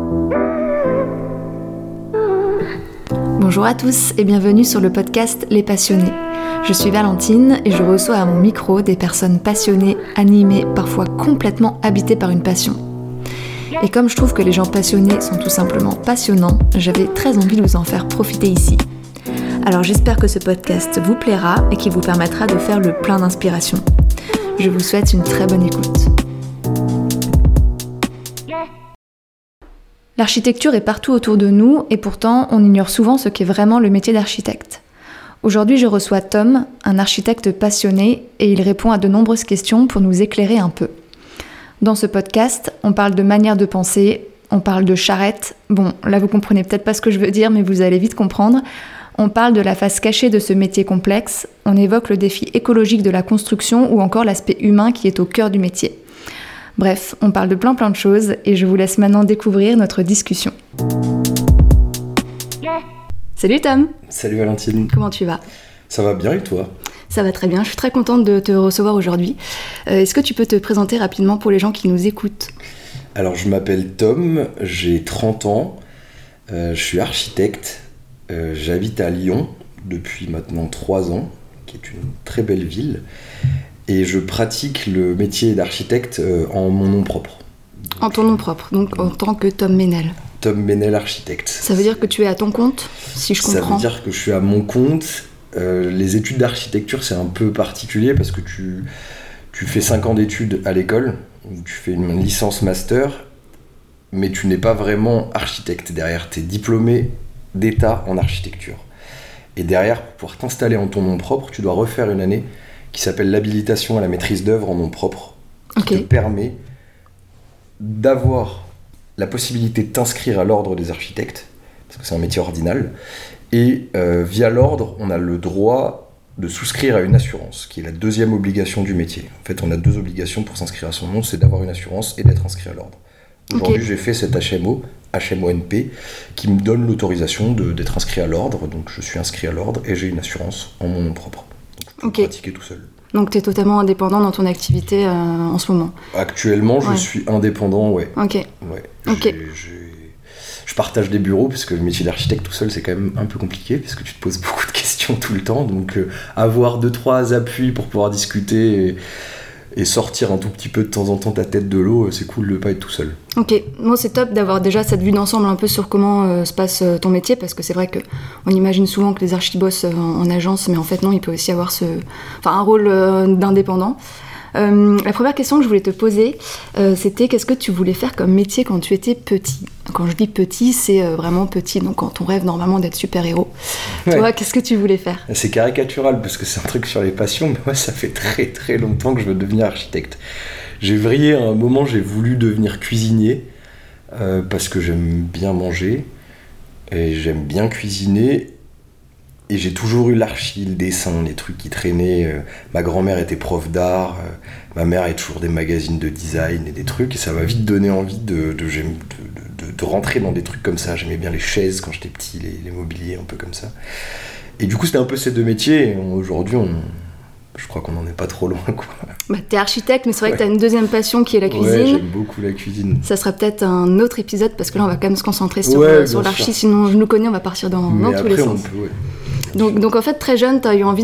Bonjour à tous et bienvenue sur le podcast Les Passionnés. Je suis Valentine et je reçois à mon micro des personnes passionnées, animées, parfois complètement habitées par une passion. Et comme je trouve que les gens passionnés sont tout simplement passionnants, j'avais très envie de vous en faire profiter ici. Alors j'espère que ce podcast vous plaira et qu'il vous permettra de faire le plein d'inspiration. Je vous souhaite une très bonne écoute. L'architecture est partout autour de nous et pourtant on ignore souvent ce qu'est vraiment le métier d'architecte. Aujourd'hui je reçois Tom, un architecte passionné, et il répond à de nombreuses questions pour nous éclairer un peu. Dans ce podcast, on parle de manière de penser, on parle de charrette. Bon, là vous comprenez peut-être pas ce que je veux dire mais vous allez vite comprendre. On parle de la face cachée de ce métier complexe, on évoque le défi écologique de la construction ou encore l'aspect humain qui est au cœur du métier. Bref, on parle de plein de choses et je vous laisse maintenant découvrir notre discussion. Salut Tom. Salut Valentine. Comment tu vas ? Ça va bien et toi ? Ça va très bien, je suis très contente de te recevoir aujourd'hui. Est-ce que tu peux te présenter rapidement pour les gens qui nous écoutent ? Alors je m'appelle Tom, j'ai 30 ans, je suis architecte, j'habite à Lyon depuis maintenant 3 ans, qui est une très belle ville. Et je pratique le métier d'architecte en mon nom propre. En ton nom propre, donc en tant que Tom Ménel. Tom Ménel, architecte. Ça veut dire que tu es à ton compte, si je comprends ? Ça veut dire que je suis à mon compte. Les études d'architecture, c'est un peu particulier parce que tu fais 5 ans d'études à l'école, où tu fais une licence master, mais tu n'es pas vraiment architecte. Derrière, tu es diplômé d'État en architecture. Et derrière, pour pouvoir t'installer en ton nom propre, tu dois refaire une année qui s'appelle l'habilitation à la maîtrise d'œuvre en nom propre, qui te permet d'avoir la possibilité de t'inscrire à l'ordre des architectes, parce que c'est un métier ordinal, et via l'ordre, on a le droit de souscrire à une assurance, qui est la deuxième obligation du métier. En fait, on a 2 obligations pour s'inscrire à son nom, c'est d'avoir une assurance et d'être inscrit à l'ordre. Aujourd'hui, j'ai fait cet HMO-NP, qui me donne l'autorisation d'être inscrit à l'ordre, donc je suis inscrit à l'ordre et j'ai une assurance en mon nom propre. Je peux pratiquer tout seul. Donc tu es totalement indépendant dans ton activité en ce moment ? Actuellement, je suis indépendant, ouais. Ok. Ouais. Je partage des bureaux, parce que le métier d'architecte tout seul, c'est quand même un peu compliqué, parce que tu te poses beaucoup de questions tout le temps. Donc avoir 2-3 appuis pour pouvoir discuter et sortir un tout petit peu de temps en temps ta tête de l'eau, c'est cool de ne pas être tout seul. Ok, moi c'est top d'avoir déjà cette vue d'ensemble un peu sur comment se passe ton métier, parce que c'est vrai qu'on imagine souvent que les archis bossent en agence, mais en fait non, il peut aussi avoir un rôle d'indépendant. La première question que je voulais te poser, c'était qu'est-ce que tu voulais faire comme métier quand tu étais petit ? Quand je dis petit, c'est vraiment petit, donc quand on rêve normalement d'être super-héros. Ouais. Toi, qu'est-ce que tu voulais faire ? C'est caricatural, parce que c'est un truc sur les passions, mais moi ça fait très très longtemps que je veux devenir architecte. J'ai vrillé à un moment, j'ai voulu devenir cuisinier, parce que j'aime bien manger, et j'aime bien cuisiner. Et j'ai toujours eu l'archi, le dessin, les trucs qui traînaient. Ma grand-mère était prof d'art, ma mère avait toujours des magazines de design et des trucs, et ça m'a vite donné envie de rentrer dans des trucs comme ça. J'aimais bien les chaises quand j'étais petit, les mobiliers un peu comme ça. Et du coup, c'était un peu ces 2 métiers, et aujourd'hui, je crois qu'on n'en est pas trop loin, quoi. Bah, t'es architecte, mais c'est vrai que t'as une deuxième passion qui est la cuisine. Ouais, j'aime beaucoup la cuisine. Ça sera peut-être un autre épisode, parce que là, on va quand même se concentrer sur l'archi, sinon je nous connais, on va partir dans tous les sens. Donc en fait, très jeune, tu as eu envie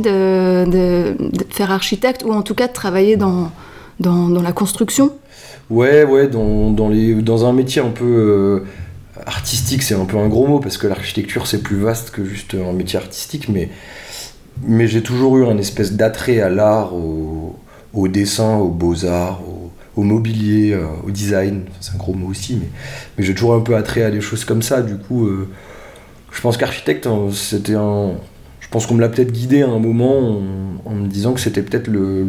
de faire architecte, ou en tout cas de travailler dans la construction. Ouais, dans un métier un peu artistique, c'est un peu un gros mot, parce que l'architecture, c'est plus vaste que juste un métier artistique, mais j'ai toujours eu un espèce d'attrait à l'art, au dessin, aux beaux-arts, au mobilier, au design. Enfin, c'est un gros mot aussi, mais j'ai toujours un peu attrait à des choses comme ça. Du coup, je pense qu'architecte, je pense qu'on me l'a peut-être guidé à un moment en me disant que c'était peut-être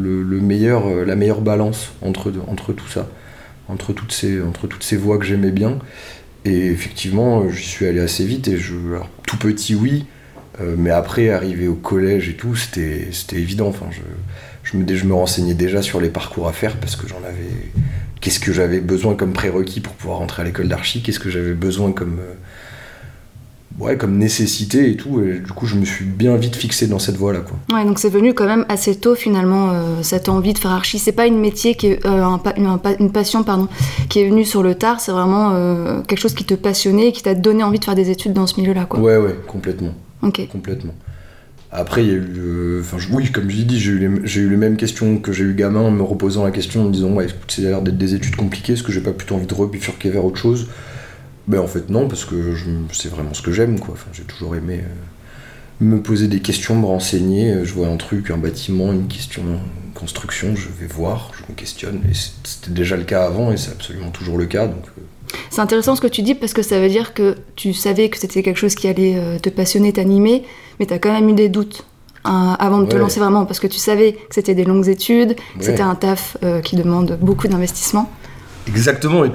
la meilleure balance entre tout ça, entre toutes ces voies que j'aimais bien. Et effectivement, j'y suis allé assez vite, et alors, tout petit, oui, mais après, arrivé au collège et tout, c'était évident. Enfin, je me renseignais déjà sur les parcours à faire, parce que qu'est-ce que j'avais besoin comme prérequis pour pouvoir rentrer à l'école d'archi, qu'est-ce que j'avais besoin comme comme nécessité et tout, et du coup je me suis bien vite fixé dans cette voie-là, quoi. Ouais, donc c'est venu quand même assez tôt finalement, cette envie de faire archi. C'est pas une métier qui est, une passion qui est venue sur le tard, c'est vraiment quelque chose qui te passionnait et qui t'a donné envie de faire des études dans ce milieu-là, quoi. Ouais, complètement. Ok. Complètement. Après, il y a eu... oui, comme je l'ai dit, j'ai eu les mêmes questions que j'ai eu gamin, en me reposant la question, en me disant « Ouais, écoute, ça a l'air d'être des études compliquées, est-ce que j'ai pas plutôt envie de rebifurquer vers autre chose ?» Ben en fait non, parce que c'est vraiment ce que j'aime, quoi. J'ai toujours aimé me poser des questions, me renseigner. Je vois un truc, un bâtiment, une question, une construction, je vais voir, je me questionne. Et c'était déjà le cas avant, et c'est absolument toujours le cas. Donc, C'est intéressant ce que tu dis, parce que ça veut dire que tu savais que c'était quelque chose qui allait te passionner, t'animer, mais t'as quand même eu des doutes avant de te lancer vraiment, parce que tu savais que c'était des longues études, que c'était un taf qui demande beaucoup d'investissement. Exactement, et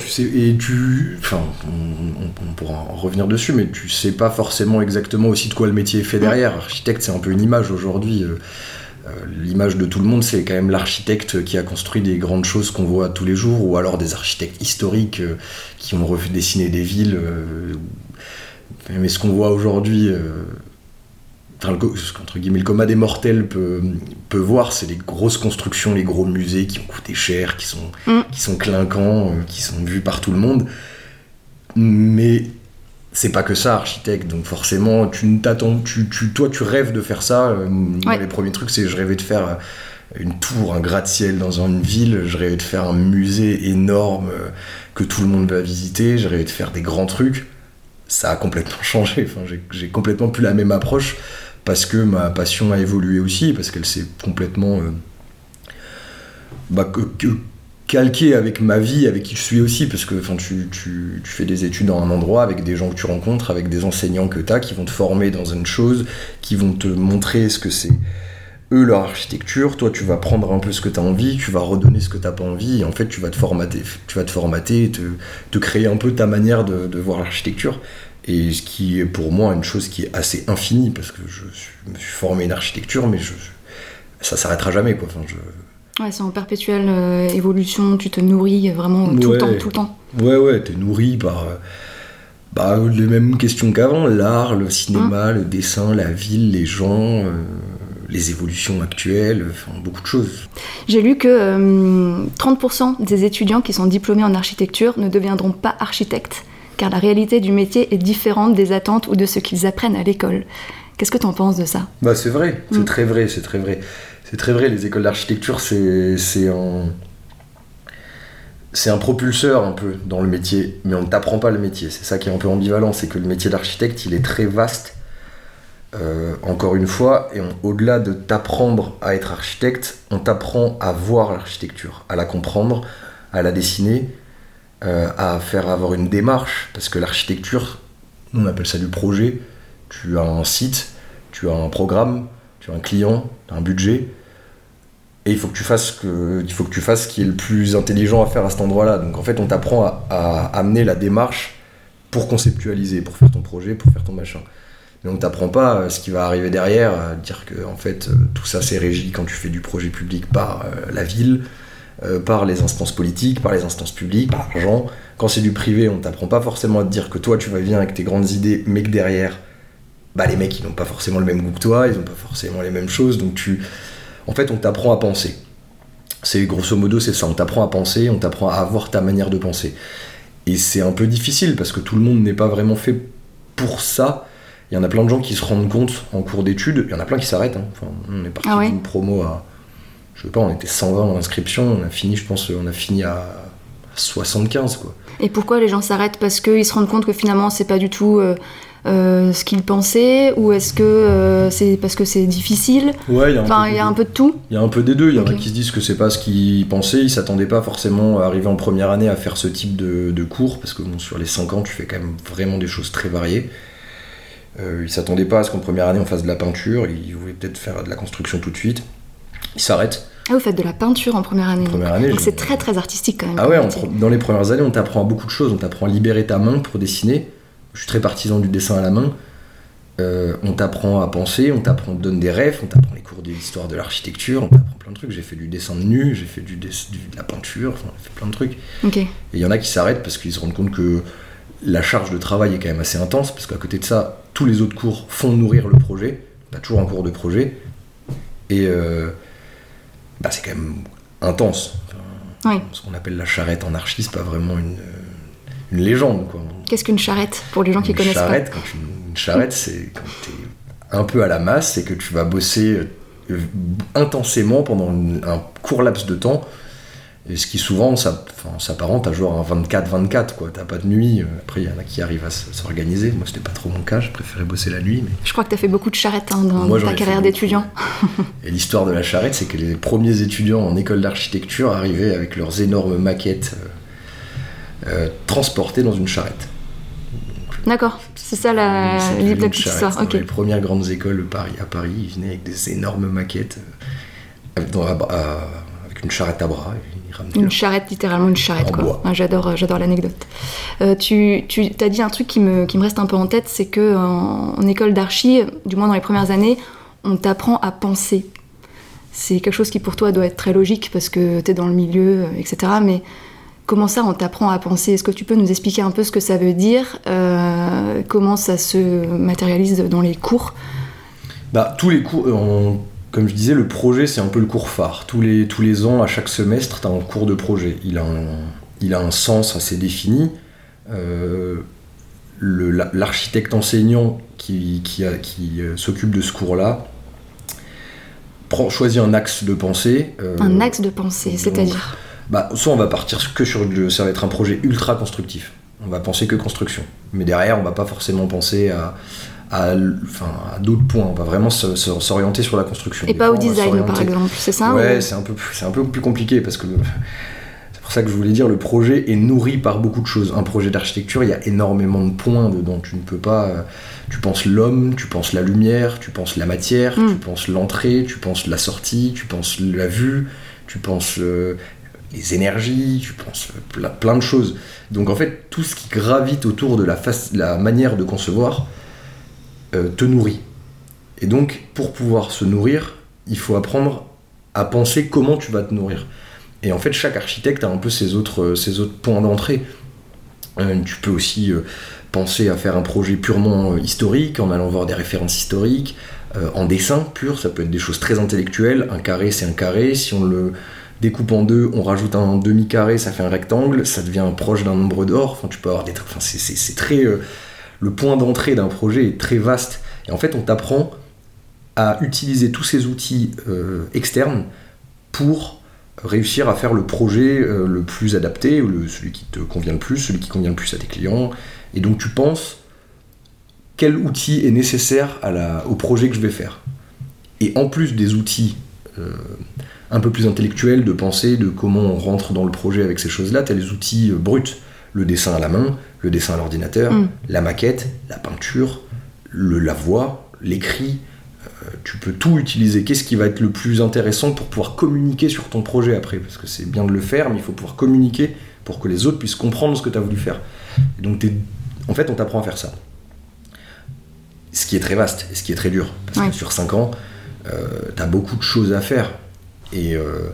on pourra en revenir dessus, mais tu sais pas forcément exactement aussi de quoi le métier est fait derrière. Architecte, c'est un peu une image aujourd'hui. L'image de tout le monde, c'est quand même l'architecte qui a construit des grandes choses qu'on voit tous les jours, ou alors des architectes historiques qui ont dessiné des villes. Mais ce qu'on voit aujourd'hui, entre guillemets, le commun des mortels peut voir, c'est les grosses constructions, les gros musées qui ont coûté cher, qui sont clinquants, qui sont vus par tout le monde. Mais c'est pas que ça, architecte, donc forcément, toi tu rêves de faire ça. Les premiers trucs, c'est je rêvais de faire une tour, un gratte-ciel dans une ville, je rêvais de faire un musée énorme que tout le monde va visiter, je rêvais de faire des grands trucs. Ça a complètement changé, j'ai complètement plus la même approche, parce que ma passion a évolué aussi, parce qu'elle s'est complètement calquée avec ma vie, avec qui je suis aussi, parce que tu fais des études dans un endroit avec des gens que tu rencontres, avec des enseignants que tu as, qui vont te former dans une chose, qui vont te montrer ce que c'est eux leur architecture, toi tu vas prendre un peu ce que tu as envie, tu vas redonner ce que tu n'as pas envie, et en fait tu vas te formater, te créer un peu ta manière de voir l'architecture. Et ce qui est pour moi une chose qui est assez infinie, parce que je me suis formé une architecture, mais ça s'arrêtera jamais, quoi. Ouais, c'est en perpétuelle évolution, tu te nourris vraiment tout le temps. Ouais, t'es nourri par les mêmes questions qu'avant, l'art, le cinéma, le dessin, la ville, les gens, les évolutions actuelles, beaucoup de choses. J'ai lu que 30% des étudiants qui sont diplômés en architecture ne deviendront pas architectes, car la réalité du métier est différente des attentes ou de ce qu'ils apprennent à l'école. Qu'est-ce que tu en penses de ça ? C'est vrai, c'est très vrai. C'est très vrai, les écoles d'architecture, c'est un propulseur un peu dans le métier, mais on ne t'apprend pas le métier. C'est ça qui est un peu ambivalent, c'est que le métier d'architecte, il est très vaste, encore une fois, et au-delà de t'apprendre à être architecte, on t'apprend à voir l'architecture, à la comprendre, à la dessiner, à avoir une démarche, parce que l'architecture, on appelle ça du projet. Tu as un site, tu as un programme, tu as un client, tu as un budget, et il faut que tu fasses ce qui est le plus intelligent à faire à cet endroit-là. Donc en fait, on t'apprend à amener la démarche pour conceptualiser, pour faire ton projet, pour faire ton machin. Mais on ne t'apprend pas ce qui va arriver derrière, à dire que en fait, tout ça c'est régi quand tu fais du projet public par la ville, par les instances politiques, par les instances publiques, par l'argent. Quand c'est du privé, on ne t'apprend pas forcément à te dire que toi tu vas venir avec tes grandes idées, mais que derrière, les mecs ils n'ont pas forcément le même goût que toi, ils n'ont pas forcément les mêmes choses, donc en fait on t'apprend à penser. C'est grosso modo c'est ça, on t'apprend à penser, on t'apprend à avoir ta manière de penser. Et c'est un peu difficile parce que tout le monde n'est pas vraiment fait pour ça. Il y en a plein de gens qui se rendent compte en cours d'études, il y en a plein qui s'arrêtent. On est parti d'une promo à, je sais pas, on était 120 en inscription, on a fini à 75, quoi. Et pourquoi les gens s'arrêtent ? Parce qu'ils se rendent compte que finalement c'est pas du tout ce qu'ils pensaient, ou est-ce que c'est parce que c'est difficile ? Ouais, il y a un peu de tout. Il y a un peu des deux. Il y en a qui se disent que c'est pas ce qu'ils pensaient, ils s'attendaient pas forcément à arriver en première année à faire ce type de cours, parce que sur les 5 ans tu fais quand même vraiment des choses très variées. Ils s'attendaient pas à ce qu'en première année on fasse de la peinture, ils voulaient peut-être faire de la construction tout de suite. Ils s'arrêtent. Ah, vous faites de la peinture en première année. Donc c'est très très artistique quand même. Ah ouais, dans les premières années on t'apprend à beaucoup de choses, on t'apprend à libérer ta main pour dessiner. Je suis très partisan du dessin à la main. On t'apprend à penser, on donne des rêves, on t'apprend les cours d'histoire de l'architecture, on t'apprend plein de trucs. J'ai fait du dessin de nu, j'ai fait de la peinture, j'ai fait plein de trucs. Okay. Et il y en a qui s'arrêtent parce qu'ils se rendent compte que la charge de travail est quand même assez intense, parce qu'à côté de ça, tous les autres cours font nourrir le projet. T'as toujours un cours de projet. Et c'est quand même intense. Ce qu'on appelle la charrette en archi, c'est pas vraiment une légende, quoi. Qu'est-ce qu'une charrette, pour les gens qui connaissent pas? Une charrette, c'est quand t'es un peu à la masse, c'est que tu vas bosser intensément pendant un court laps de temps, et ce qui souvent s'apparente à genre un 24-24, quoi. T'as pas de nuit. Après, il y en a qui arrivent à s'organiser. Moi, c'était pas trop mon cas, je préférais bosser la nuit. Mais... Je crois que t'as fait beaucoup de charrettes dans ta carrière d'étudiant. Et l'histoire de la charrette, c'est que les premiers étudiants en école d'architecture arrivaient avec leurs énormes maquettes transportées dans une charrette. D'accord, c'est ça la petite histoire. Okay. Les premières grandes écoles à Paris, ils venaient avec des énormes maquettes avec une charrette à bras. Une charrette, littéralement une charrette, quoi. J'adore l'anecdote. Tu as dit un truc qui me reste un peu en tête, c'est que en école d'archi, du moins dans les premières années, on t'apprend à penser. C'est quelque chose qui pour toi doit être très logique parce que t'es dans le milieu, etc. Mais comment ça, on t'apprend à penser? Est-ce que tu peux nous expliquer un peu ce que ça veut dire, comment ça se matérialise dans les cours? Tous les cours, comme je disais, le projet, c'est un peu le cours phare. Tous les ans, à chaque semestre, tu as un cours de projet. Il a un sens assez défini. L'architecte enseignant qui s'occupe de ce cours-là choisit un axe de pensée. Un axe de pensée, c'est-à-dire soit on va partir que sur ça va être un projet ultra constructif. On va penser que construction. Mais derrière, on va pas forcément penser à d'autres points. On va vraiment s'orienter sur la construction. Et pas au design, par exemple, c'est ça? Ouais, c'est un peu plus compliqué parce que c'est pour ça que je voulais dire, le projet est nourri par beaucoup de choses. Un projet d'architecture, il y a énormément de points dedans. Tu ne peux pas... Tu penses l'homme, tu penses la lumière, tu penses la matière, tu penses l'entrée, tu penses la sortie, tu penses la vue, tu penses les énergies, tu penses plein de choses. Donc en fait, tout ce qui gravite autour de la manière de concevoir te nourrit. Et donc, pour pouvoir se nourrir, il faut apprendre à penser comment tu vas te nourrir. Et en fait, chaque architecte a un peu ses autres points d'entrée. Tu peux aussi penser à faire un projet purement historique, en allant voir des références historiques, en dessin pur, ça peut être des choses très intellectuelles. Un carré, c'est un carré. Si on le découpe en deux, on rajoute un demi-carré, ça fait un rectangle, ça devient proche d'un nombre d'or. Enfin, tu peux avoir des trucs... Enfin, c'est très... le point d'entrée d'un projet est très vaste. Et en fait, on t'apprend à utiliser tous ces outils externes pour réussir à faire le projet le plus adapté, celui qui te convient le plus, celui qui convient le plus à tes clients. Et donc, tu penses quel outil est nécessaire au projet que je vais faire. Et en plus des outils un peu plus intellectuels de pensée, de comment on rentre dans le projet avec ces choses-là, tu as les outils bruts. Le dessin à la main, le dessin à l'ordinateur, la maquette, la peinture, la voix, l'écrit, tu peux tout utiliser. Qu'est-ce qui va être le plus intéressant pour pouvoir communiquer sur ton projet après? Parce que c'est bien de le faire, mais il faut pouvoir communiquer pour que les autres puissent comprendre ce que tu as voulu faire. Et donc en fait, on t'apprend à faire ça. Ce qui est très vaste et ce qui est très dur. Parce que sur 5 ans, tu as beaucoup de choses à faire. Et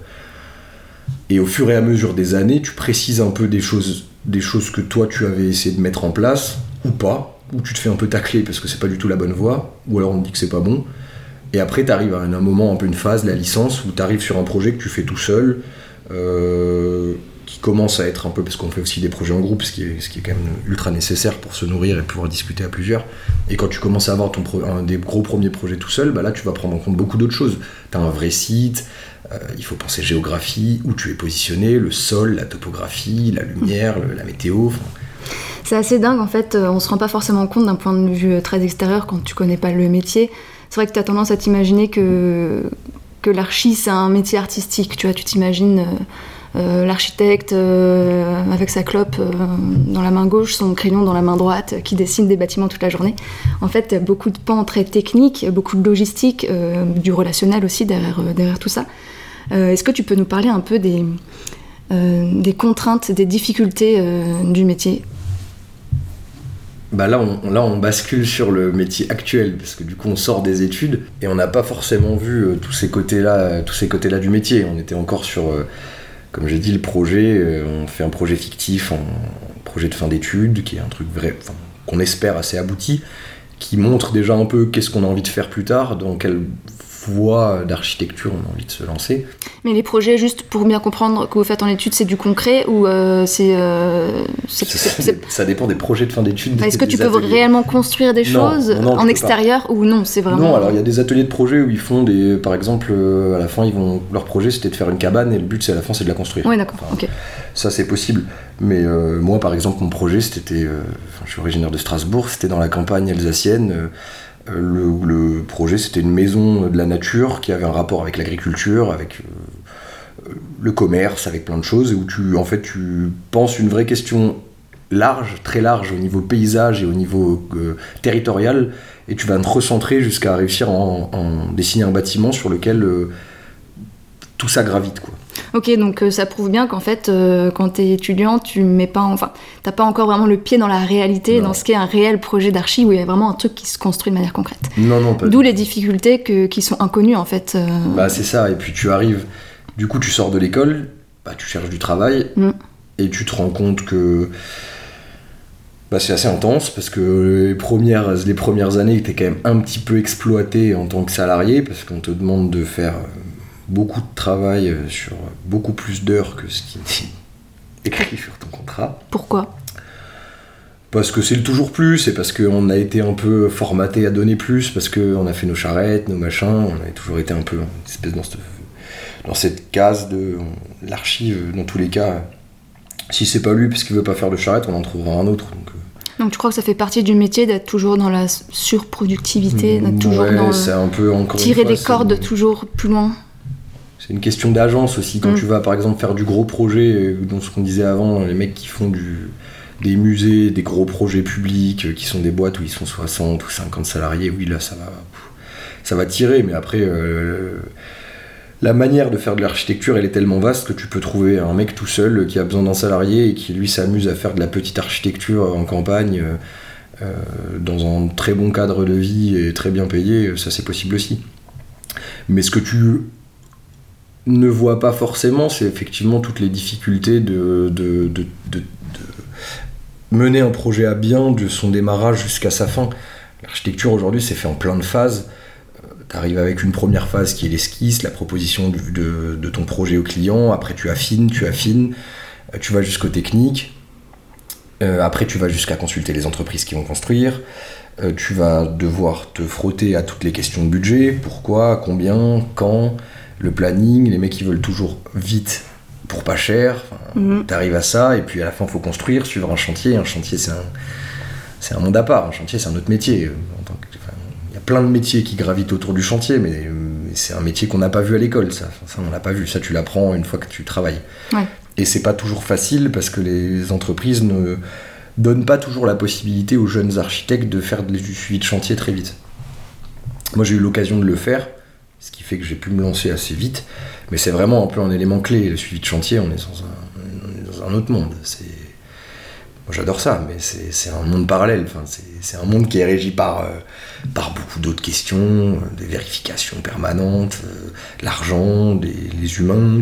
au fur et à mesure des années, tu précises un peu des choses que toi tu avais essayé de mettre en place, ou pas, ou tu te fais un peu tacler parce que c'est pas du tout la bonne voie, ou alors on te dit que c'est pas bon. Et après, tu arrives à un moment, un peu une phase, la licence, où tu arrives sur un projet que tu fais tout seul, qui commence à être un peu, parce qu'on fait aussi des projets en groupe, ce qui est quand même ultra nécessaire pour se nourrir et pouvoir discuter à plusieurs. Et quand tu commences à avoir un des gros premiers projets tout seul, là tu vas prendre en compte beaucoup d'autres choses. Tu as un vrai site, il faut penser géographie, où tu es positionné, le sol, la topographie, la lumière, la météo. C'est assez dingue en fait, on se rend pas forcément compte d'un point de vue très extérieur quand tu connais pas le métier. C'est vrai que tu as tendance à t'imaginer que l'archi c'est un métier artistique, tu vois, tu t'imagines l'architecte avec sa clope dans la main gauche, son crayon dans la main droite, qui dessine des bâtiments toute la journée. En fait, beaucoup de pans très techniques, beaucoup de logistique, du relationnel aussi derrière tout ça. Est-ce que tu peux nous parler un peu des contraintes, des difficultés du métier ? Là, on bascule sur le métier actuel, parce que du coup, on sort des études et on n'a pas forcément vu tous ces côtés-là du métier. On était encore sur, comme j'ai dit, le projet. On fait un projet fictif, un projet de fin d'études, qui est un truc vrai, qu'on espère assez abouti. qui montre déjà un peu qu'est-ce qu'on a envie de faire plus tard, dans quelle voie d'architecture on a envie de se lancer. Mais les projets, juste pour bien comprendre que vous faites en études, c'est du concret ou ça dépend des projets de fin d'études. Est-ce que tu peux réellement construire des choses en extérieur ou non, c'est vraiment... Non, alors il y a des ateliers de projets où ils font par exemple, à la fin, leur projet c'était de faire une cabane et le but à la fin c'est de la construire. Oui, d'accord, ok. Ça c'est possible, mais moi par exemple mon projet c'était, je suis originaire de Strasbourg, c'était dans la campagne alsacienne. Le projet c'était une maison de la nature qui avait un rapport avec l'agriculture, avec le commerce, avec plein de choses, et où tu penses une vraie question large, très large au niveau paysage et au niveau territorial, et tu vas te recentrer jusqu'à réussir en dessiner un bâtiment sur lequel tout ça gravite, quoi. Ok, donc ça prouve bien qu'en fait, quand t'es étudiant, t'as pas encore vraiment le pied dans la réalité, dans ce qu'est un réel projet d'archi, où il y a vraiment un truc qui se construit de manière concrète. Non, pas. D'où les difficultés qui sont inconnues, en fait. Bah c'est ça, et puis tu sors de l'école, tu cherches du travail, et tu te rends compte que c'est assez intense, parce que les premières années, t'es quand même un petit peu exploité en tant que salarié, parce qu'on te demande de faire... beaucoup de travail sur beaucoup plus d'heures que ce qui est écrit sur ton contrat. Pourquoi ? Parce que c'est le toujours plus, et parce qu'on a été un peu formaté à donner plus, parce qu'on a fait nos charrettes, nos machins, on a toujours été un peu une espèce dans cette case de l'archive, dans tous les cas. Si c'est pas lui parce qu'il veut pas faire de charrette, on en trouvera un autre. Donc tu crois que ça fait partie du métier d'être toujours dans la surproductivité, d'être toujours dans c'est un peu, encore tirer une fois, des cordes toujours plus loin. C'est une question d'agence aussi. Quand tu vas par exemple faire du gros projet, dont ce qu'on disait avant, les mecs qui font des musées, des gros projets publics, qui sont des boîtes où ils sont 60 ou 50 salariés, oui là ça va tirer, mais après la manière de faire de l'architecture elle est tellement vaste que tu peux trouver un mec tout seul qui a besoin d'un salarié et qui lui s'amuse à faire de la petite architecture en campagne dans un très bon cadre de vie et très bien payé, ça c'est possible aussi. Mais ce que tu ne vois pas forcément, c'est effectivement toutes les difficultés de mener un projet à bien, de son démarrage jusqu'à sa fin. L'architecture aujourd'hui c'est fait en plein de phases. T'arrives avec une première phase qui est l'esquisse, la proposition de ton projet au client, après tu affines, tu vas jusqu'au technique, après tu vas jusqu'à consulter les entreprises qui vont construire, tu vas devoir te frotter à toutes les questions de budget, pourquoi, combien, quand, le planning, les mecs qui veulent toujours vite pour pas cher, t'arrives à ça, et puis à la fin faut construire, suivre un chantier c'est un monde à part, un chantier c'est un autre métier, il y a plein de métiers qui gravitent autour du chantier, mais c'est un métier qu'on n'a pas vu à l'école, ça on l'a pas vu, ça tu l'apprends une fois que tu travailles. Ouais. Et c'est pas toujours facile parce que les entreprises ne donnent pas toujours la possibilité aux jeunes architectes de faire du suivi de chantier très vite. Moi j'ai eu l'occasion de le faire, ce qui fait que j'ai pu me lancer assez vite, mais c'est vraiment un peu un élément clé, le suivi de chantier, on est dans un autre monde. Moi j'adore ça, mais c'est un monde parallèle, enfin, c'est un monde qui est régi par beaucoup d'autres questions, des vérifications permanentes, l'argent, les humains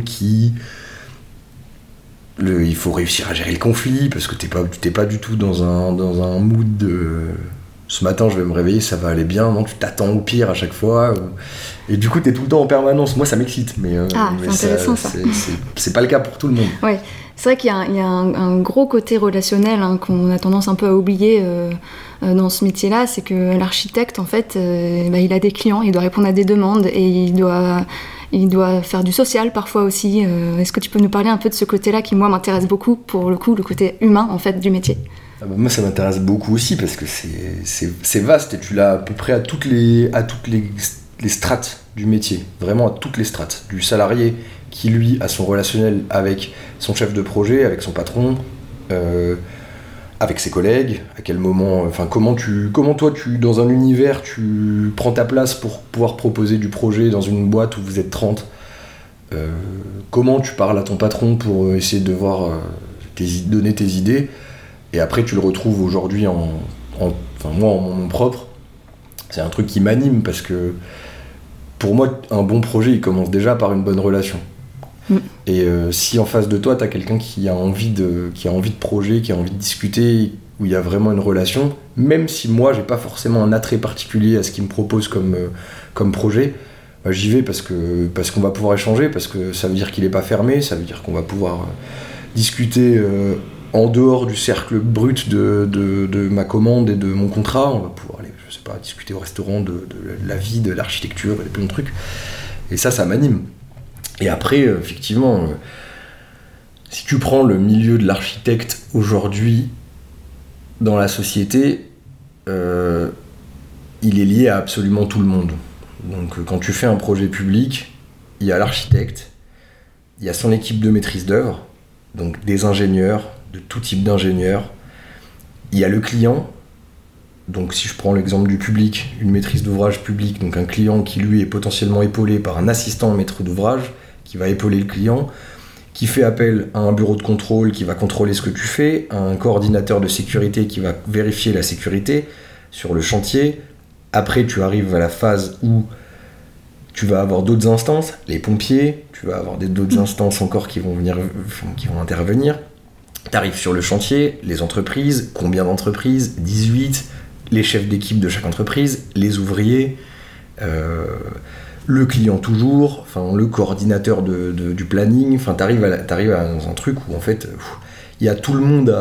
il faut réussir à gérer le conflit, parce que t'es pas du tout dans un mood de ce matin je vais me réveiller, ça va aller bien, non, tu t'attends au pire à chaque fois, et du coup t'es tout le temps en permanence. Moi ça m'excite, mais c'est intéressant ça. C'est pas le cas pour tout le monde. Ouais. C'est vrai qu'il y a un gros côté relationnel qu'on a tendance un peu à oublier dans ce métier-là, c'est que l'architecte, en fait, il a des clients, il doit répondre à des demandes et il doit faire du social parfois aussi. Est-ce que tu peux nous parler un peu de ce côté-là qui, moi, m'intéresse beaucoup, pour le coup, le côté humain, en fait, du métier ? Moi, ça m'intéresse beaucoup aussi parce que c'est vaste et tu l'as à peu près à toutes les strates du métier, vraiment à toutes les strates, du salarié qui lui a son relationnel avec son chef de projet, avec son patron, avec ses collègues, à quel moment, enfin comment toi dans un univers tu prends ta place pour pouvoir proposer du projet dans une boîte où vous êtes 30, comment tu parles à ton patron pour essayer de voir donner tes idées, et après tu le retrouves aujourd'hui moi en mon nom propre. C'est un truc qui m'anime parce que pour moi un bon projet il commence déjà par une bonne relation. Et si en face de toi t'as quelqu'un qui a envie de projet, qui a envie de discuter, où il y a vraiment une relation, même si moi j'ai pas forcément un attrait particulier à ce qu'il me propose comme projet, j'y vais parce qu'on va pouvoir échanger, parce que ça veut dire qu'il est pas fermé, ça veut dire qu'on va pouvoir discuter en dehors du cercle brut de ma commande et de mon contrat. On va pouvoir aller, je sais pas, discuter au restaurant de la vie, de l'architecture, et plein de trucs. Et ça m'anime. Et après, effectivement, si tu prends le milieu de l'architecte aujourd'hui dans la société, il est lié à absolument tout le monde. Donc quand tu fais un projet public, il y a l'architecte, il y a son équipe de maîtrise d'œuvre, donc des ingénieurs, de tout type d'ingénieurs, il y a le client, donc si je prends l'exemple du public, une maîtrise d'ouvrage public, donc un client qui lui est potentiellement épaulé par un assistant maître d'ouvrage, qui va épauler le client, qui fait appel à un bureau de contrôle qui va contrôler ce que tu fais, à un coordinateur de sécurité qui va vérifier la sécurité sur le chantier. Après, tu arrives à la phase où tu vas avoir d'autres instances, les pompiers, tu vas avoir d'autres instances encore qui vont intervenir. Tu arrives sur le chantier, les entreprises, combien d'entreprises ? 18, les chefs d'équipe de chaque entreprise, les ouvriers, le client toujours, enfin le coordinateur du planning, enfin t'arrives à un truc où en fait il y a tout le monde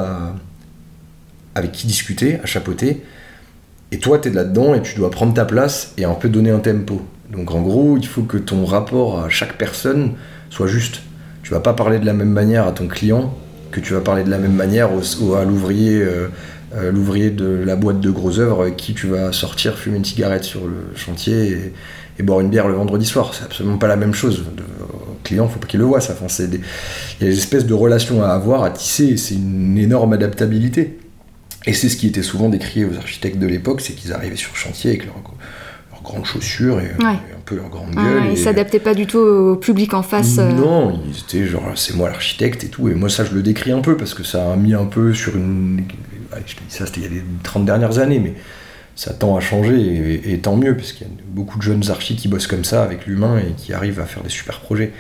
avec qui discuter, à chapeauter, et toi t'es là-dedans et tu dois prendre ta place et un peu donner un tempo. Donc en gros il faut que ton rapport à chaque personne soit juste. Tu vas pas parler de la même manière à ton client que tu vas parler de la même manière à l'ouvrier de la boîte de gros œuvres avec qui tu vas sortir fumer une cigarette sur le chantier et boire une bière le vendredi soir. C'est absolument pas la même chose. Le client, faut pas qu'il le voie, ça. Enfin, il y a des espèces de relations à avoir, à tisser, et c'est une énorme adaptabilité. Et c'est ce qui était souvent décrié aux architectes de l'époque, c'est qu'ils arrivaient sur le chantier avec leurs grandes chaussures et un peu leur grande gueule. Ils s'adaptaient pas du tout au public en face. Non, ils étaient genre, c'est moi l'architecte et tout. Et moi, ça, je le décris un peu, parce que ça a mis un peu sur une... Allez, je te dis ça, c'était il y a les 30 dernières années, mais ça tend à changer, et tant mieux, parce qu'il y a beaucoup de jeunes archis qui bossent comme ça, avec l'humain, et qui arrivent à faire des super projets.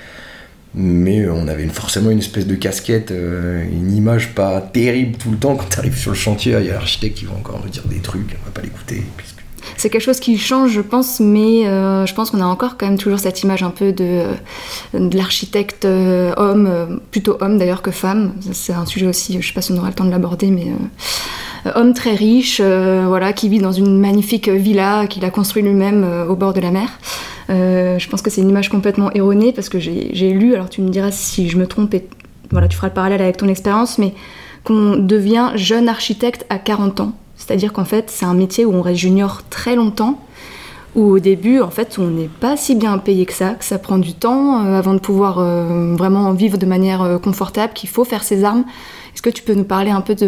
Mais on avait forcément une espèce de casquette, une image pas terrible tout le temps. Quand tu arrives sur le chantier, il y a l'architecte qui va encore nous dire des trucs, on va pas l'écouter. C'est quelque chose qui change, je pense, mais je pense qu'on a encore quand même toujours cette image un peu de l'architecte homme, plutôt homme d'ailleurs que femme. C'est un sujet aussi, je sais pas si on aura le temps de l'aborder, mais homme très riche, voilà, qui vit dans une magnifique villa qu'il a construit lui-même au bord de la mer. Je pense que c'est une image complètement erronée, parce que j'ai lu, alors tu me diras si je me trompe, et voilà, tu feras le parallèle avec ton expérience, mais qu'on devient jeune architecte à 40 ans. C'est-à-dire qu'en fait, c'est un métier où on reste junior très longtemps, où au début, en fait, on n'est pas si bien payé que ça prend du temps avant de pouvoir vraiment vivre de manière confortable, qu'il faut faire ses armes. Est-ce que tu peux nous parler un peu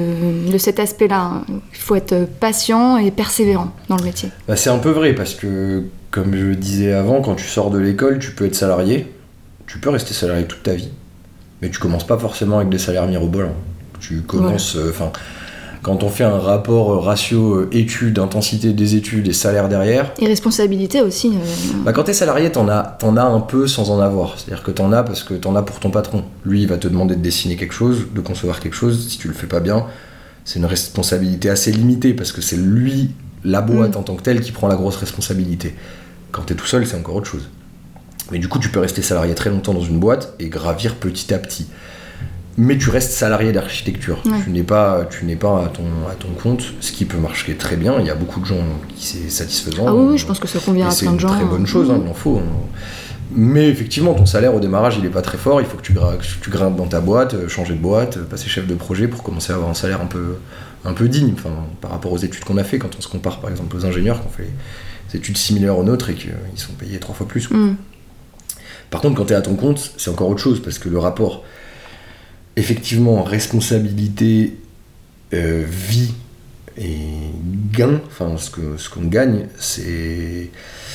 de cet aspect-là ? Il faut être patient et persévérant dans le métier. C'est un peu vrai, parce que, comme je le disais avant, quand tu sors de l'école, tu peux être salarié, tu peux rester salarié toute ta vie, mais tu commences pas forcément avec des salaires mirobolants. Tu commences... Voilà. Quand on fait un rapport ratio études, intensité des études et salaire derrière... Et responsabilité aussi. Quand t'es salarié, t'en as un peu sans en avoir. C'est-à-dire que t'en as parce que t'en as pour ton patron. Lui, il va te demander de dessiner quelque chose, de concevoir quelque chose. Si tu le fais pas bien, c'est une responsabilité assez limitée, parce que c'est lui, la boîte en tant que telle, qui prend la grosse responsabilité. Quand t'es tout seul, c'est encore autre chose. Mais du coup, tu peux rester salarié très longtemps dans une boîte et gravir petit à petit. Mais tu restes salarié d'architecture. Ouais. Tu n'es pas à ton compte, ce qui peut marcher très bien. Il y a beaucoup de gens qui c'est satisfaisant. Ah oui, je pense que ça convient à plein de gens. C'est une très bonne chose, il en faut. Mais effectivement, ton salaire au démarrage, il n'est pas très fort. Il faut que tu grimpes dans ta boîte, changer de boîte, passer chef de projet pour commencer à avoir un salaire un peu digne. Enfin, par rapport aux études qu'on a fait, quand on se compare par exemple aux ingénieurs qui ont fait des études similaires aux nôtres et qu'ils sont payés 3 fois plus. Par contre, quand tu es à ton compte, c'est encore autre chose, parce que le rapport... Effectivement, responsabilité, vie et gain, enfin ce qu'on gagne, c'est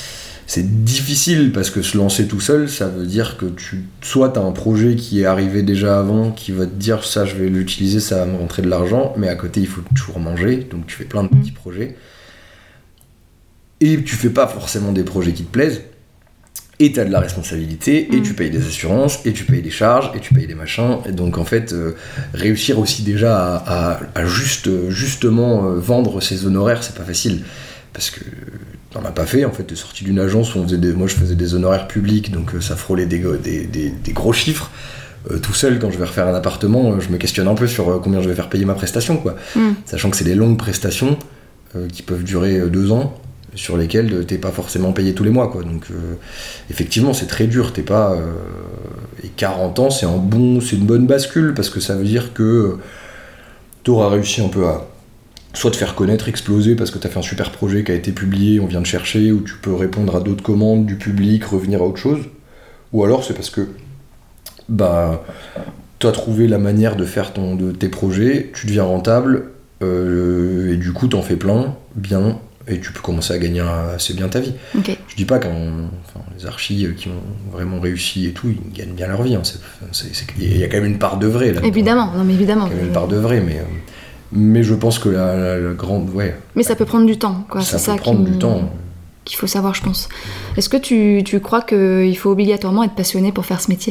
difficile, parce que se lancer tout seul, ça veut dire que soit t'as un projet qui est arrivé déjà avant, qui va te dire ça je vais l'utiliser, ça va me rentrer de l'argent, mais à côté il faut toujours manger, donc tu fais plein de petits projets, et tu fais pas forcément des projets qui te plaisent. et t'as de la responsabilité, et tu payes des assurances, et tu payes des charges, et tu payes des machins, et donc en fait, réussir aussi déjà à justement vendre ses honoraires, c'est pas facile, parce que t'en as pas fait, en fait, t'es sorti d'une agence où moi je faisais des honoraires publics, donc ça frôlait des gros chiffres. Tout seul, quand je vais refaire un appartement, je me questionne un peu sur combien je vais faire payer ma prestation, quoi. Sachant que c'est des longues prestations qui peuvent durer 2 ans, sur lesquelles t'es pas forcément payé tous les mois, quoi. Donc effectivement, c'est très dur. T'es pas et 40 ans, c'est une bonne bascule, parce que ça veut dire que t'auras réussi un peu à soit te faire connaître, exploser, parce que t'as fait un super projet qui a été publié, on vient te chercher, ou tu peux répondre à d'autres commandes du public, revenir à autre chose, ou alors c'est parce que tu as trouvé la manière de faire tes projets, tu deviens rentable, et du coup t'en fais plein, bien, et tu peux commencer à gagner assez bien ta vie. Okay. Je dis pas les archis qui ont vraiment réussi et tout, ils gagnent bien leur vie. Hein. Il y a quand même une part de vrai là. Évidemment, non mais évidemment. Il y a quand même une part de vrai, mais je pense que la grande... Ouais. Mais ça peut prendre du temps, quoi. Ça peut prendre du temps. Qu'il faut savoir, je pense. Est-ce que tu crois qu'il faut obligatoirement être passionné pour faire ce métier ?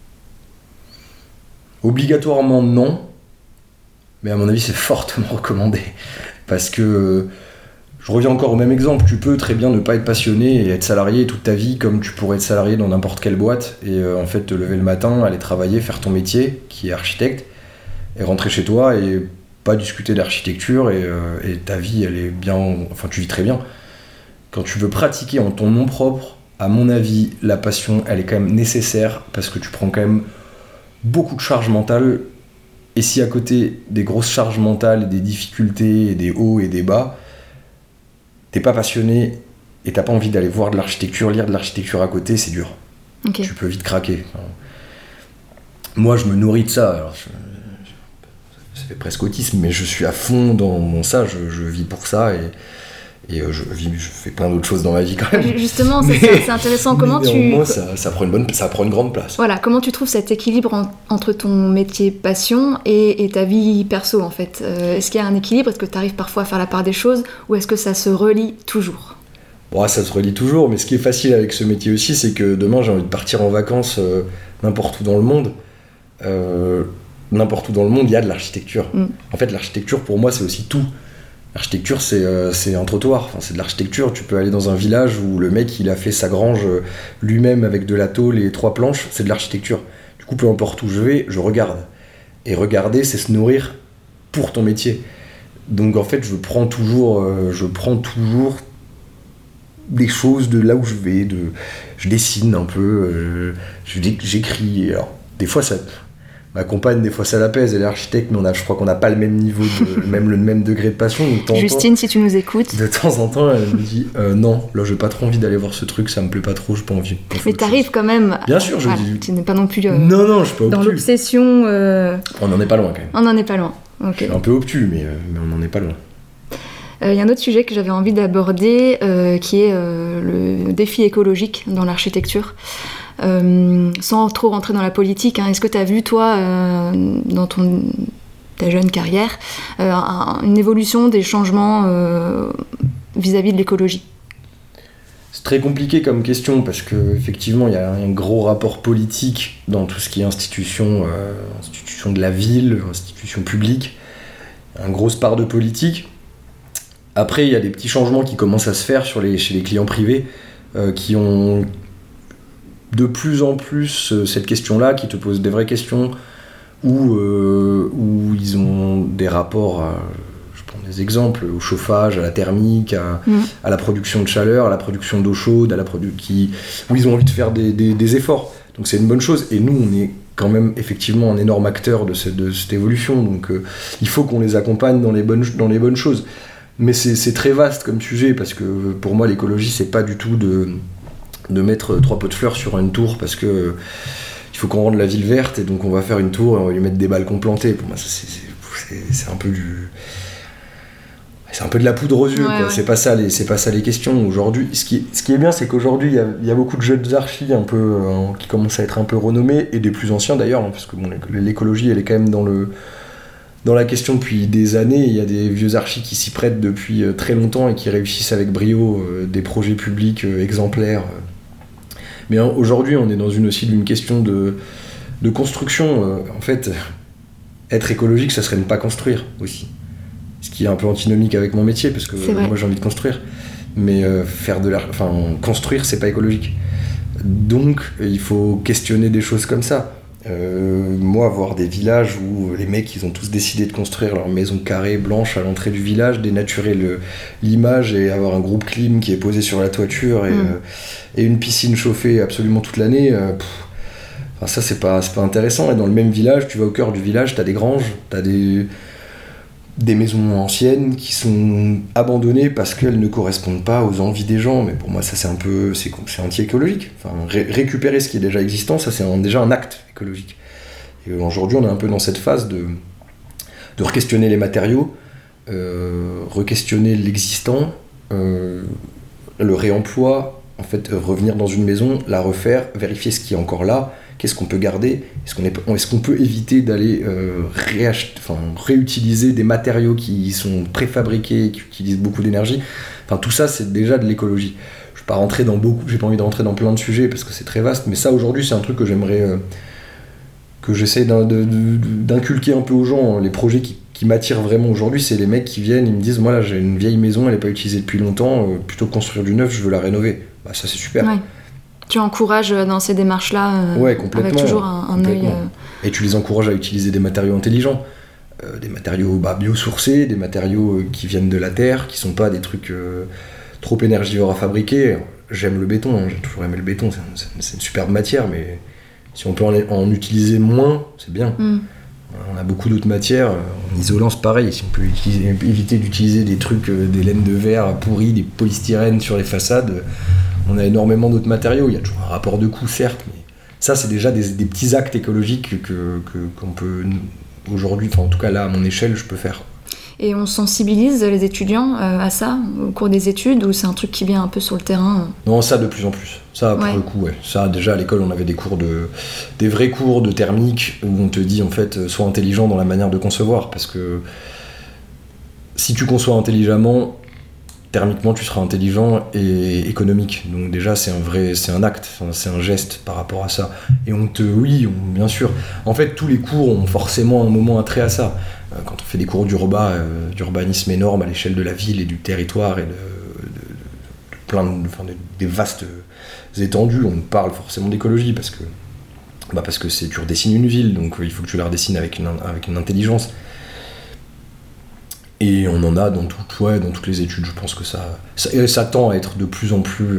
Obligatoirement non, mais à mon avis c'est fortement recommandé, parce que je reviens encore au même exemple, tu peux très bien ne pas être passionné et être salarié toute ta vie, comme tu pourrais être salarié dans n'importe quelle boîte et en fait te lever le matin, aller travailler, faire ton métier qui est architecte et rentrer chez toi et pas discuter d'architecture et ta vie elle est bien, enfin tu vis très bien. Quand tu veux pratiquer en ton nom propre, à mon avis la passion elle est quand même nécessaire, parce que tu prends quand même beaucoup de charge mentale, et si à côté des grosses charges mentales, des difficultés, et des hauts et des bas, t'es pas passionné et t'as pas envie d'aller voir de l'architecture, lire de l'architecture à côté, c'est dur. Okay. Tu peux vite craquer. Enfin, moi je me nourris de ça, alors ça fait presque autisme, mais je suis à fond dans ça, je vis pour ça, et je fais plein d'autres choses dans ma vie quand même. Justement, c'est intéressant. Comment néanmoins, ça prend une grande place. Voilà, comment tu trouves cet équilibre entre ton métier passion et ta vie perso, en fait ? Est-ce qu'il y a un équilibre ? Est-ce que tu arrives parfois à faire la part des choses, ou est-ce que ça se relie toujours ? Bon, ça se relie toujours, mais ce qui est facile avec ce métier aussi, c'est que demain j'ai envie de partir en vacances n'importe où dans le monde. N'importe où dans le monde, il y a de l'architecture. En fait, l'architecture, pour moi, c'est aussi tout. L'architecture, c'est un trottoir, enfin, c'est de l'architecture. Tu peux aller dans un village où le mec il a fait sa grange lui-même avec de la tôle et 3 planches, c'est de l'architecture. Du coup, peu importe où je vais, je regarde. Et regarder, c'est se nourrir pour ton métier. Donc en fait, je prends toujours des choses de là où je vais, je dessine un peu, j'écris. Alors, des fois, ma compagne, des fois ça l'apaise, elle est architecte, mais je crois qu'on n'a pas le même niveau, le même degré de passion. Donc, Justine, si tu nous écoutes. De temps en temps, elle me dit non, là j'ai pas trop envie d'aller voir ce truc, ça me plaît pas trop, j'ai pas envie. Mais t'arrives quand même. Bien sûr, je dis. Tu n'es pas non plus. Non, je suis pas obtus. Dans l'obsession. On n'en est pas loin quand même. On n'en est pas loin. Okay. Je suis un peu obtus, mais on n'en est pas loin. Il y a un autre sujet que j'avais envie d'aborder, qui est le défi écologique dans l'architecture. Sans trop rentrer dans la politique, hein. Est-ce que tu as vu, toi, dans ta jeune carrière, une évolution des changements vis-à-vis de l'écologie ? C'est très compliqué comme question, parce qu'effectivement, il y a un gros rapport politique dans tout ce qui est institution de la ville, institution publique, une grosse part de politique. Après, il y a des petits changements qui commencent à se faire chez les clients privés, qui ont de plus en plus cette question-là, qui te pose des vraies questions, où ils ont des rapports, je prends des exemples, au chauffage, à la thermique, à la production de chaleur, à la production d'eau chaude, où ils ont envie de faire des efforts. Donc c'est une bonne chose, et nous on est quand même effectivement un énorme acteur de cette évolution, donc il faut qu'on les accompagne dans les bonnes choses. Mais c'est très vaste comme sujet, parce que pour moi l'écologie c'est pas du tout de mettre 3 pots de fleurs sur une tour, parce que il faut qu'on rende la ville verte, et donc on va faire une tour et on va lui mettre des balcons plantés. Pour moi c'est un peu de la poudre aux yeux, quoi. Ouais. C'est pas ça les questions aujourd'hui. Ce qui est bien, c'est qu'aujourd'hui il y a beaucoup de jeunes archis un peu qui commencent à être un peu renommés, et des plus anciens d'ailleurs, hein, parce que l'écologie elle est quand même dans la question depuis des années. Il y a des vieux archis qui s'y prêtent depuis très longtemps et qui réussissent avec brio des projets publics exemplaires. Mais aujourd'hui, on est aussi d'une question de construction. En fait, être écologique, ça serait ne pas construire aussi. Ce qui est un peu antinomique avec mon métier, parce que moi j'ai envie de construire. Mais construire, c'est pas écologique. Donc, il faut questionner des choses comme ça. Moi, voir des villages où les mecs ils ont tous décidé de construire leur maison carrée blanche à l'entrée du village, dénaturer l'image et avoir un groupe clim qui est posé sur la toiture et une piscine chauffée absolument toute l'année, ça c'est pas intéressant. Et dans le même village, tu vas au cœur du village, t'as des granges, t'as des maisons anciennes qui sont abandonnées parce qu'elles ne correspondent pas aux envies des gens. Mais pour moi, ça c'est anti-écologique. Enfin, récupérer ce qui est déjà existant, ça c'est déjà un acte écologique. Et aujourd'hui, on est un peu dans cette phase de re-questionner les matériaux, re-questionner l'existant, le réemploi, en fait, revenir dans une maison, la refaire, vérifier ce qui est encore là. Qu'est-ce qu'on peut garder ? Est-ce qu'on peut éviter d'aller réutiliser des matériaux qui sont préfabriqués, qui utilisent beaucoup d'énergie ? Enfin, tout ça, c'est déjà de l'écologie. Je ne vais pas rentrer dans j'ai pas envie de rentrer dans plein de sujets parce que c'est très vaste, mais ça, aujourd'hui, c'est un truc que j'aimerais... que j'essaie d'inculquer un peu aux gens. Les projets qui m'attirent vraiment aujourd'hui, c'est les mecs qui viennent, ils me disent « Moi, là, j'ai une vieille maison, elle n'est pas utilisée depuis longtemps, plutôt que construire du neuf, je veux la rénover. » Bah, ça, c'est super. Ouais. Tu encourages dans ces démarches-là avec toujours un œil... Et tu les encourages à utiliser des matériaux intelligents, des matériaux biosourcés, des matériaux qui viennent de la terre, qui sont pas des trucs trop énergivores à fabriquer. J'aime le béton, j'ai toujours aimé le béton, c'est une superbe matière, mais si on peut en utiliser moins, c'est bien. On a beaucoup d'autres matières, en isolant c'est pareil, si on peut éviter d'utiliser des trucs, des laines de verre pourries, des polystyrènes sur les façades, on a énormément d'autres matériaux, il y a toujours un rapport de coût certes, mais ça c'est déjà des petits actes écologiques qu'on peut aujourd'hui, enfin en tout cas là à mon échelle je peux faire. Et on sensibilise les étudiants à ça au cours des études, ou c'est un truc qui vient un peu sur le terrain ? Non, ça de plus en plus. Ça, pour le coup, ouais. Ça, déjà à l'école, on avait des vrais cours de thermique où on te dit en fait, sois intelligent dans la manière de concevoir, parce que si tu conçois intelligemment, thermiquement, tu seras intelligent et économique. Donc déjà, c'est un acte, c'est un geste par rapport à ça. Et bien sûr. En fait, tous les cours ont forcément un moment attrait à ça. Quand on fait des cours d'urbanisme énorme à l'échelle de la ville et du territoire et des vastes étendues, on parle forcément d'écologie parce que tu redessines une ville, donc il faut que tu la redessines avec une intelligence. Et on en a dans toutes les études, je pense que ça tend à être de plus en plus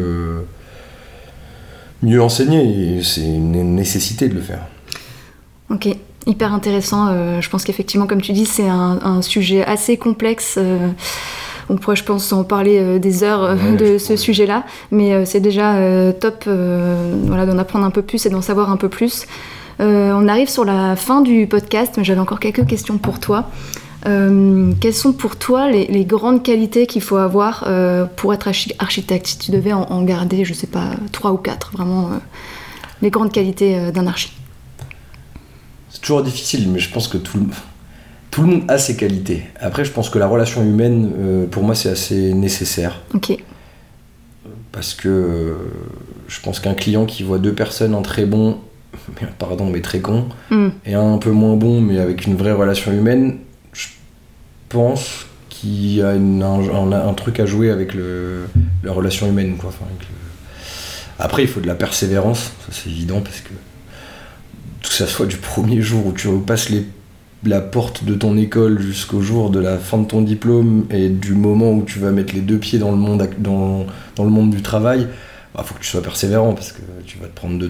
mieux enseigné, et c'est une nécessité de le faire. Ok. Hyper intéressant, je pense qu'effectivement, comme tu dis, c'est un sujet assez complexe. On pourrait, je pense, en parler des heures de ce sujet-là, mais c'est déjà top d'en apprendre un peu plus et d'en savoir un peu plus. On arrive sur la fin du podcast, mais j'avais encore quelques questions pour toi. Quelles sont pour toi les grandes qualités qu'il faut avoir pour être architecte ? Si tu devais en garder, je sais pas, 3 ou 4, vraiment, les grandes qualités d'un architecte. C'est toujours difficile, mais je pense que tout le monde a ses qualités. Après, je pense que la relation humaine, pour moi, c'est assez nécessaire. Ok. Parce que je pense qu'un client qui voit 2 personnes, un très bon, mais très con, et un peu moins bon, mais avec une vraie relation humaine, je pense qu'il y a un truc à jouer avec la relation humaine, quoi. Après, il faut de la persévérance, ça c'est évident, parce que que ça soit du premier jour où tu repasses la porte de ton école jusqu'au jour de la fin de ton diplôme et du moment où tu vas mettre les 2 pieds dans le monde du travail, faut que tu sois persévérant parce que tu vas te prendre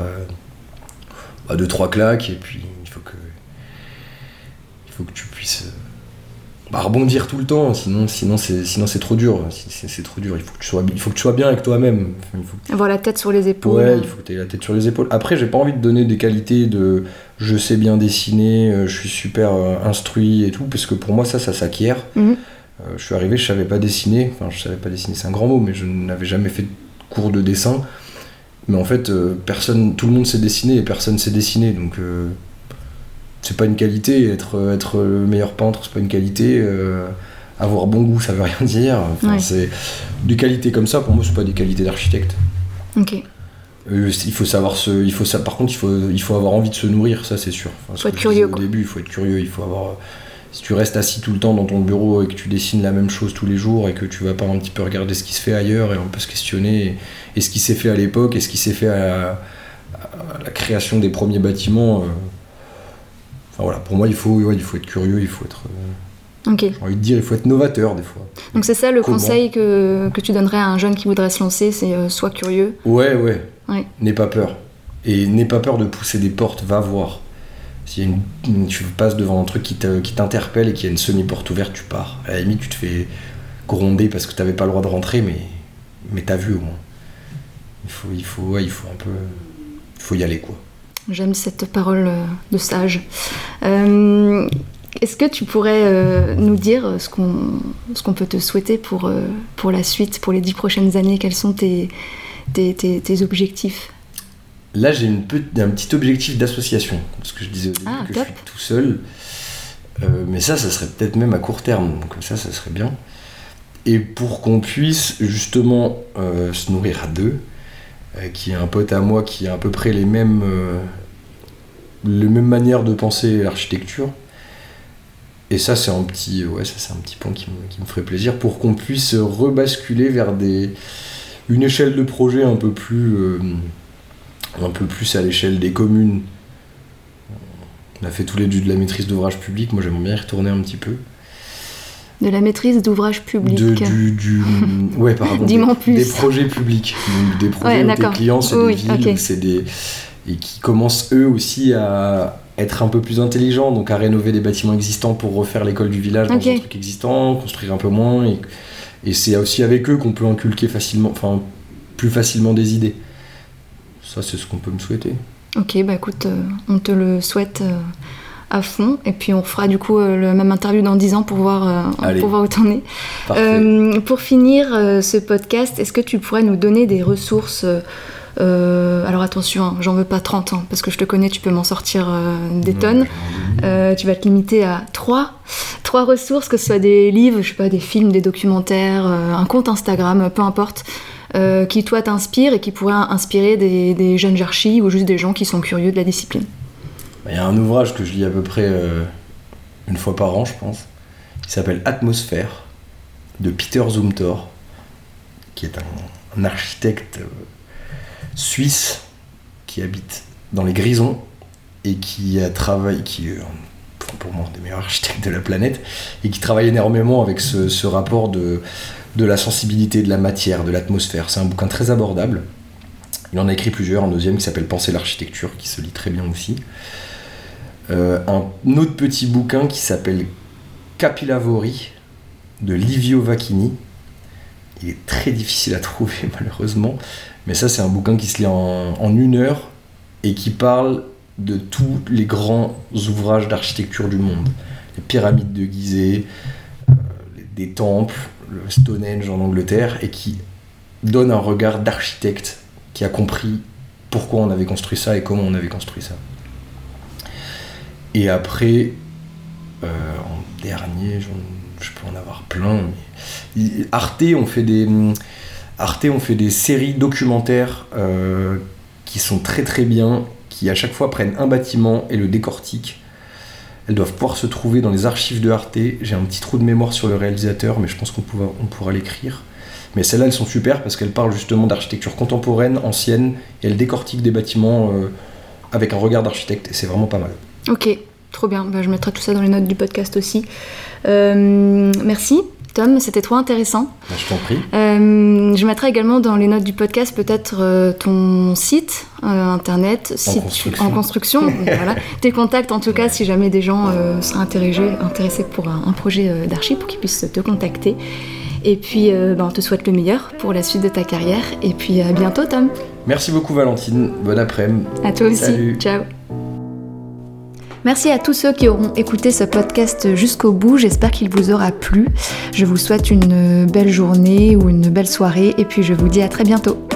2-3 claques et puis il faut que tu puisses rebondir tout le temps, sinon c'est trop dur. C'est trop dur. Il faut que tu sois bien avec toi-même. Avoir la tête sur les épaules. Ouais, il faut que tu aies la tête sur les épaules. Après, j'ai pas envie de donner des qualités de je sais bien dessiner, je suis super instruit et tout, parce que pour moi ça s'acquiert. Je suis arrivé, je savais pas dessiner. Enfin, je savais pas dessiner, c'est un grand mot, mais je n'avais jamais fait de cours de dessin. Mais en fait, tout le monde sait dessiner et personne sait dessiner, donc. C'est pas une qualité, être le meilleur peintre, c'est pas une qualité, avoir bon goût, ça veut rien dire. C'est des qualités comme ça, pour moi, c'est pas des qualités d'architecte. Ok. Il faut par contre, il faut avoir envie de se nourrir, ça c'est sûr. Il faut être curieux. Au début, il faut être curieux, il faut avoir... Si tu restes assis tout le temps dans ton bureau et que tu dessines la même chose tous les jours et que tu vas pas un petit peu regarder ce qui se fait ailleurs et un peu se questionner et ce qui s'est fait à l'époque et ce qui s'est fait à la création des premiers bâtiments, enfin voilà, pour moi il faut être curieux, il faut être... Okay. J'ai envie de dire, il faut être novateur des fois. Donc c'est ça le conseil que tu donnerais à un jeune qui voudrait se lancer, c'est sois curieux. Ouais. N'aie pas peur. Et n'aie pas peur de pousser des portes, va voir. Si tu passes devant un truc qui t'interpelle et qu'il y a une semi-porte ouverte, tu pars. À la limite, tu te fais gronder parce que t'avais pas le droit de rentrer, mais t'as vu au moins. Il faut y aller, quoi. J'aime cette parole de sage. Est-ce que tu pourrais nous dire ce qu'on peut te souhaiter pour la suite, pour les 10 prochaines années? Quels sont tes objectifs? Là, j'ai un petit objectif d'association, parce que je disais au début que top. Je suis tout seul. Mais ça serait peut-être même à court terme, donc ça serait bien. Et pour qu'on puisse justement se nourrir à deux, qui est un pote à moi qui a à peu près les mêmes manières de penser l'architecture. Et ça, c'est un petit point qui me ferait plaisir, pour qu'on puisse rebasculer vers une échelle de projet un peu plus à l'échelle des communes. On a fait tous les deux de la maîtrise d'ouvrage public, moi j'aimerais bien y retourner un petit peu. De la maîtrise d'ouvrage public. Ouais, pardon. Dis-moi plus. Des projets publics, donc des projets où tes clients c'est des villes, okay. Et qui commencent eux aussi à être un peu plus intelligents, donc à rénover des bâtiments existants pour refaire l'école du village dans un truc existant, construire un peu moins, et c'est aussi avec eux qu'on peut inculquer plus facilement des idées. Ça, c'est ce qu'on peut me souhaiter. Ok, bah écoute, on te le souhaite à fond, et puis on fera du coup la même interview dans 10 ans pour voir où t'en es. Pour finir ce podcast, est-ce que tu pourrais nous donner des ressources alors attention, hein, j'en veux pas 30 ans, parce que je te connais, tu peux m'en sortir des tonnes. Tu vas te limiter à 3 ressources, que ce soit des livres, je sais pas, des films, des documentaires, un compte Instagram, peu importe, qui toi t'inspire et qui pourrait inspirer des jeunes archis ou juste des gens qui sont curieux de la discipline. Il y a un ouvrage que je lis à peu près une fois par an, je pense, qui s'appelle Atmosphère, de Peter Zumthor, qui est un architecte suisse qui habite dans les Grisons et qui est pour moi un des meilleurs architectes de la planète, et qui travaille énormément avec ce rapport de la sensibilité de la matière, de l'atmosphère. C'est un bouquin très abordable. Il en a écrit plusieurs, un deuxième qui s'appelle Penser l'architecture, qui se lit très bien aussi. Un autre petit bouquin qui s'appelle Capilavori, de Livio Vacchini. Il est très difficile à trouver malheureusement, mais ça c'est un bouquin qui se lit en 1 heure et qui parle de tous les grands ouvrages d'architecture du monde. Les pyramides de Gizeh, des temples, le Stonehenge en Angleterre, et qui donne un regard d'architecte qui a compris pourquoi on avait construit ça et comment on avait construit ça. Et après, en dernier, je peux en avoir plein, mais Arte ont fait des séries documentaires qui sont très très bien, qui à chaque fois prennent un bâtiment et le décortiquent. Elles doivent pouvoir se trouver dans les archives de Arte. J'ai un petit trou de mémoire sur le réalisateur, mais je pense qu'on pourra l'écrire. Mais celles-là, elles sont super parce qu'elles parlent justement d'architecture contemporaine, ancienne, et elles décortiquent des bâtiments avec un regard d'architecte, et c'est vraiment pas mal. Ok, trop bien. Je mettrai tout ça dans les notes du podcast aussi. Merci Tom, c'était trop intéressant. Je t'en prie. Je mettrai également dans les notes du podcast peut-être ton site internet, en construction. Voilà. Tes contacts en tout cas, si jamais des gens seraient intéressés pour un projet d'archi, pour qu'ils puissent te contacter. Et puis on te souhaite le meilleur pour la suite de ta carrière. Et puis à bientôt Tom. Merci beaucoup Valentine, bon après-midi. À toi aussi, salut. Ciao. Merci à tous ceux qui auront écouté ce podcast jusqu'au bout, j'espère qu'il vous aura plu. Je vous souhaite une belle journée ou une belle soirée et puis je vous dis à très bientôt.